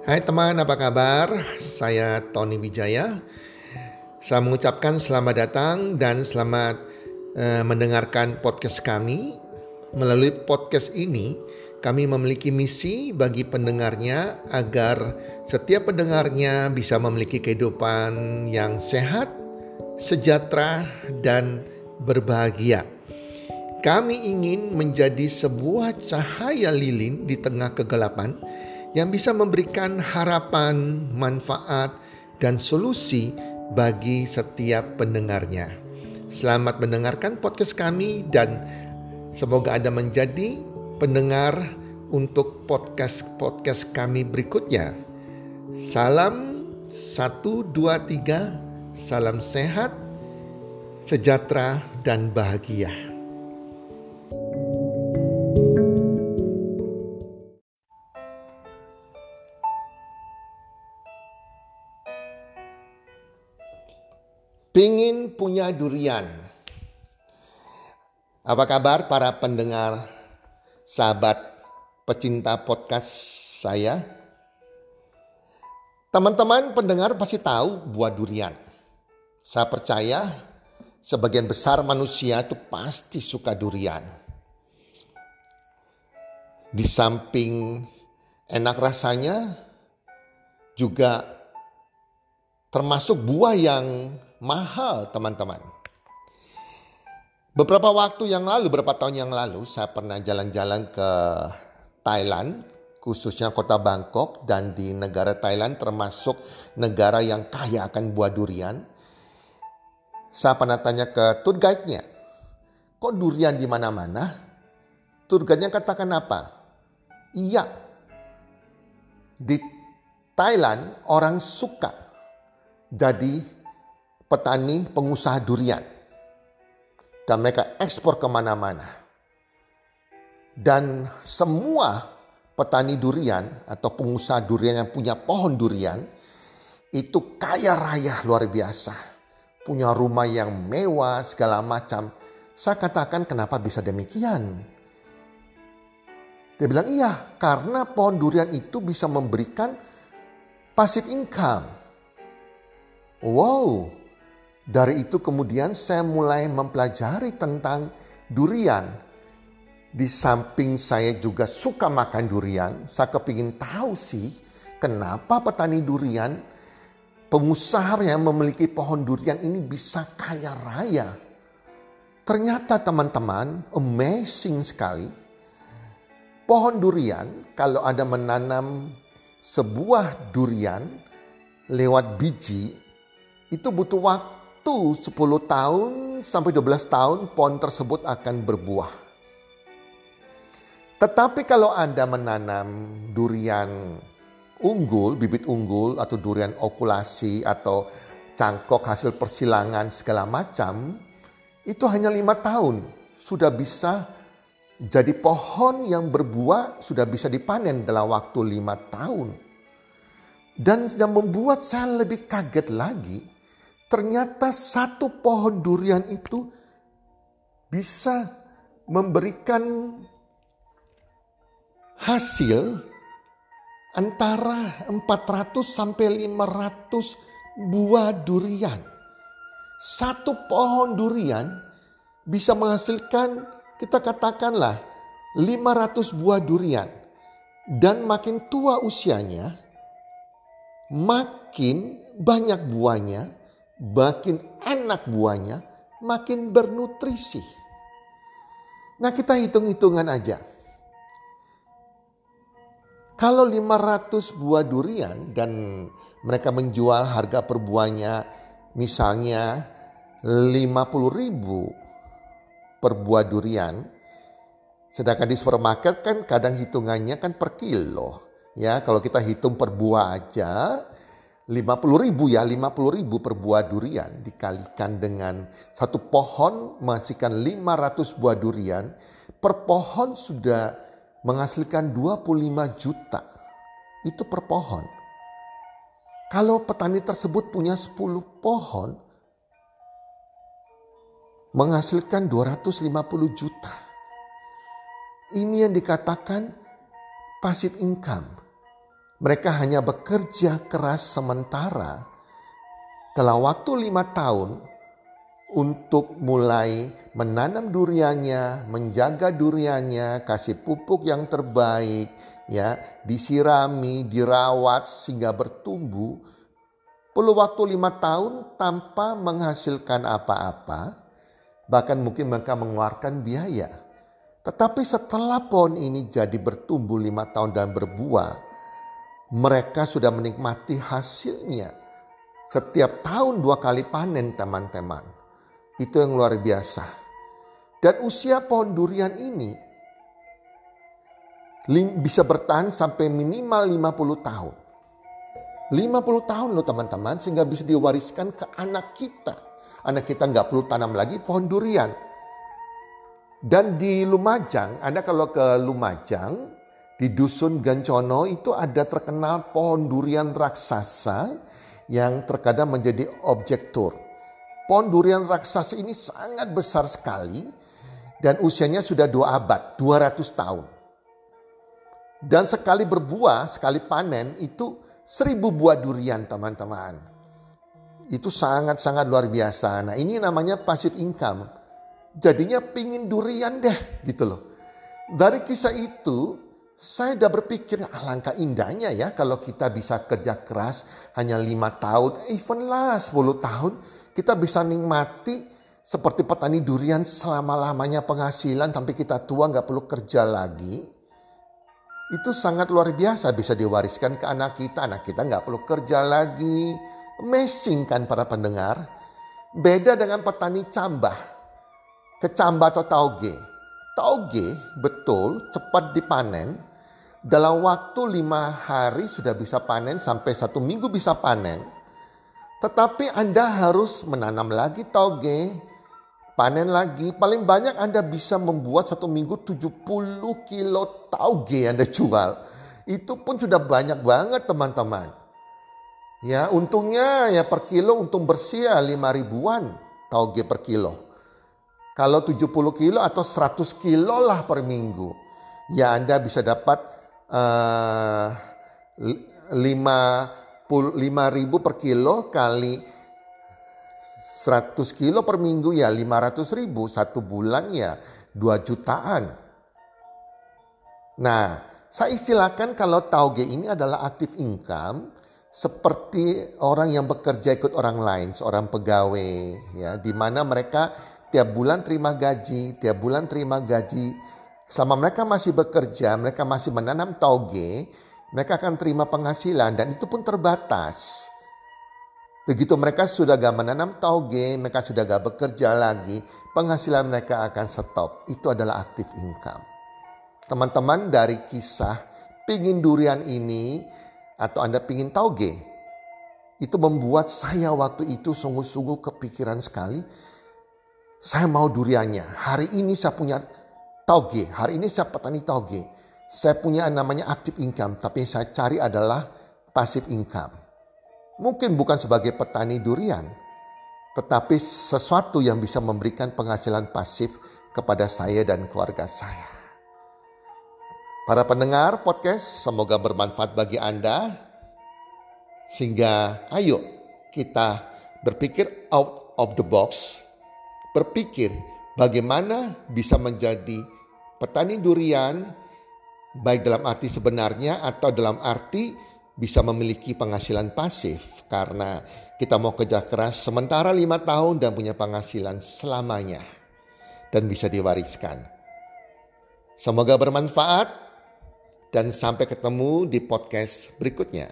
Hai teman, apa kabar? Saya Tony Wijaya. Saya mengucapkan selamat datang dan selamat mendengarkan podcast kami. Melalui podcast ini, kami memiliki misi bagi pendengarnya agar setiap pendengarnya bisa memiliki kehidupan yang sehat, sejahtera, dan berbahagia. Kami ingin menjadi sebuah cahaya lilin di tengah kegelapan yang bisa memberikan harapan, manfaat, dan solusi bagi setiap pendengarnya. Selamat mendengarkan podcast kami dan semoga Anda menjadi pendengar untuk podcast kami berikutnya. Salam 1, 2, 3, salam sehat, sejahtera, dan bahagia. Pingin punya durian. Apa kabar para pendengar, sahabat pecinta podcast saya? Teman-teman pendengar pasti tahu buah durian. Saya percaya sebagian besar manusia itu pasti suka durian. Di samping enak rasanya, juga termasuk buah yang mahal, teman-teman. Beberapa tahun yang lalu, saya pernah jalan-jalan ke Thailand, khususnya kota Bangkok, dan di negara Thailand termasuk negara yang kaya akan buah durian. Saya pernah tanya ke tour guide-nya, kok durian di mana-mana? Tour guide-nya katakan apa? Iya, di Thailand orang suka jadi petani pengusaha durian. Dan mereka ekspor kemana-mana. Dan semua petani durian atau pengusaha durian yang punya pohon durian itu kaya raya luar biasa. Punya rumah yang mewah segala macam. Saya katakan kenapa bisa demikian? Dia bilang iya, karena pohon durian itu bisa memberikan passive income. Wow, dari itu kemudian saya mulai mempelajari tentang durian. Di samping saya juga suka makan durian, saya kepingin tahu sih kenapa petani durian, pengusaha yang memiliki pohon durian ini bisa kaya raya. Ternyata teman-teman, amazing sekali. Pohon durian, kalau Anda menanam sebuah durian lewat biji, itu butuh waktu 10 tahun sampai 12 tahun pohon tersebut akan berbuah. Tetapi kalau Anda menanam durian unggul, bibit unggul atau durian okulasi atau cangkok hasil persilangan segala macam, itu hanya 5 tahun sudah bisa jadi pohon yang berbuah, sudah bisa dipanen dalam waktu 5 tahun. Dan yang membuat saya lebih kaget lagi, ternyata satu pohon durian itu bisa memberikan hasil antara 400 sampai 500 buah durian. Satu pohon durian bisa menghasilkan, kita katakanlah 500 buah durian. Dan makin tua usianya, makin banyak buahnya, makin enak buahnya, makin bernutrisi. Nah, kita hitung-hitungan aja. Kalau 500 buah durian dan mereka menjual harga per buahnya misalnya 50.000 per buah durian. Sedangkan di supermarket kan kadang hitungannya kan per kilo. Ya, kalau kita hitung per buah aja 50.000 per buah durian dikalikan dengan satu pohon menghasilkan 500 buah durian, per pohon sudah menghasilkan 25 juta. Itu per pohon. Kalau petani tersebut punya 10 pohon, menghasilkan 250 juta. Ini yang dikatakan passive income. Mereka hanya bekerja keras sementara dalam waktu 5 tahun untuk mulai menanam duriannya, menjaga duriannya, kasih pupuk yang terbaik, ya, disirami, dirawat sehingga bertumbuh. Perlu waktu 5 tahun tanpa menghasilkan apa-apa, bahkan mungkin mereka mengeluarkan biaya. Tetapi setelah pohon ini jadi bertumbuh 5 tahun dan berbuah, mereka sudah menikmati hasilnya. Setiap tahun 2 kali panen, teman-teman. Itu yang luar biasa. Dan usia pohon durian ini bisa bertahan sampai minimal 50 tahun. 50 tahun loh teman-teman, sehingga bisa diwariskan ke anak kita. Anak kita nggak perlu tanam lagi pohon durian. Dan di Lumajang, Anda kalau ke Lumajang, di Dusun Gancono itu ada terkenal pohon durian raksasa yang terkadang menjadi objek tur. Pohon durian raksasa ini sangat besar sekali dan usianya sudah 2 abad, 200 tahun. Dan sekali berbuah, sekali panen itu 1000 buah durian, teman-teman. Itu sangat-sangat luar biasa. Nah, ini namanya passive income. Jadinya pingin durian deh gitu loh. Dari kisah itu saya udah berpikir alangkah indahnya ya kalau kita bisa kerja keras hanya 5 tahun, even lah 10 tahun. Kita bisa nikmati seperti petani durian selama-lamanya penghasilan sampai kita tua gak perlu kerja lagi. Itu sangat luar biasa, bisa diwariskan ke anak kita. Anak kita gak perlu kerja lagi. Amazing kan para pendengar. Beda dengan petani cambah. Kecambah atau tauge. Tauge betul cepat dipanen. Dalam waktu 5 hari sudah bisa panen, sampai 1 minggu bisa panen. Tetapi Anda harus menanam lagi tauge, panen lagi. Paling banyak Anda bisa membuat 1 minggu 70 kilo tauge Anda jual. Itu pun sudah banyak banget teman-teman. Ya, untungnya ya per kilo untung bersih ya 5 ribuan tauge per kilo. Kalau 70 kilo atau 100 kilo lah per minggu. Ya Anda bisa dapat 5.000 per kilo kali 100 kilo per minggu ya 500.000. 1 bulan ya 2 jutaan. Nah, saya istilahkan kalau tauge ini adalah active income seperti orang yang bekerja ikut orang lain, seorang pegawai ya, di mana mereka tiap bulan terima gaji, tiap bulan terima gaji. Selama mereka masih bekerja, mereka masih menanam tauge, mereka akan terima penghasilan dan itu pun terbatas. Begitu mereka sudah gak menanam tauge, mereka sudah gak bekerja lagi, penghasilan mereka akan stop. Itu adalah active income. Teman-teman, dari kisah pingin durian ini atau Anda pingin tauge, itu membuat saya waktu itu sungguh-sungguh kepikiran sekali. Saya mau duriannya. Hari ini saya punya tauge. Hari ini saya petani tauge. Saya punya namanya active income. Tapi yang saya cari adalah passive income. Mungkin bukan sebagai petani durian. Tetapi sesuatu yang bisa memberikan penghasilan pasif kepada saya dan keluarga saya. Para pendengar podcast, semoga bermanfaat bagi Anda. Sehingga ayo kita berpikir out of the box. Berpikir bagaimana bisa menjadi petani durian, baik dalam arti sebenarnya atau dalam arti bisa memiliki penghasilan pasif. Karena kita mau kerja keras sementara 5 tahun dan punya penghasilan selamanya. Dan bisa diwariskan. Semoga bermanfaat dan sampai ketemu di podcast berikutnya.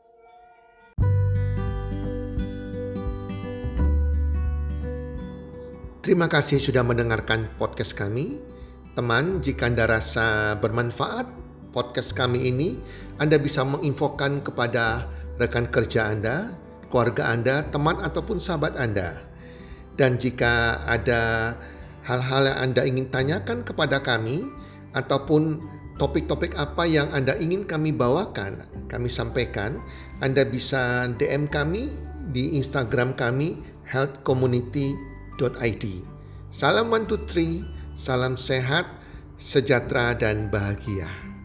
Terima kasih sudah mendengarkan podcast kami. Teman, jika Anda rasa bermanfaat podcast kami ini, Anda bisa menginfokan kepada rekan kerja Anda, keluarga Anda, teman ataupun sahabat Anda. Dan jika ada hal-hal yang Anda ingin tanyakan kepada kami, ataupun topik-topik apa yang Anda ingin kami bawakan, kami sampaikan, Anda bisa DM kami di Instagram kami, healthcommunity.id. Salam 1, 2, 3, salam sehat, sejahtera dan bahagia.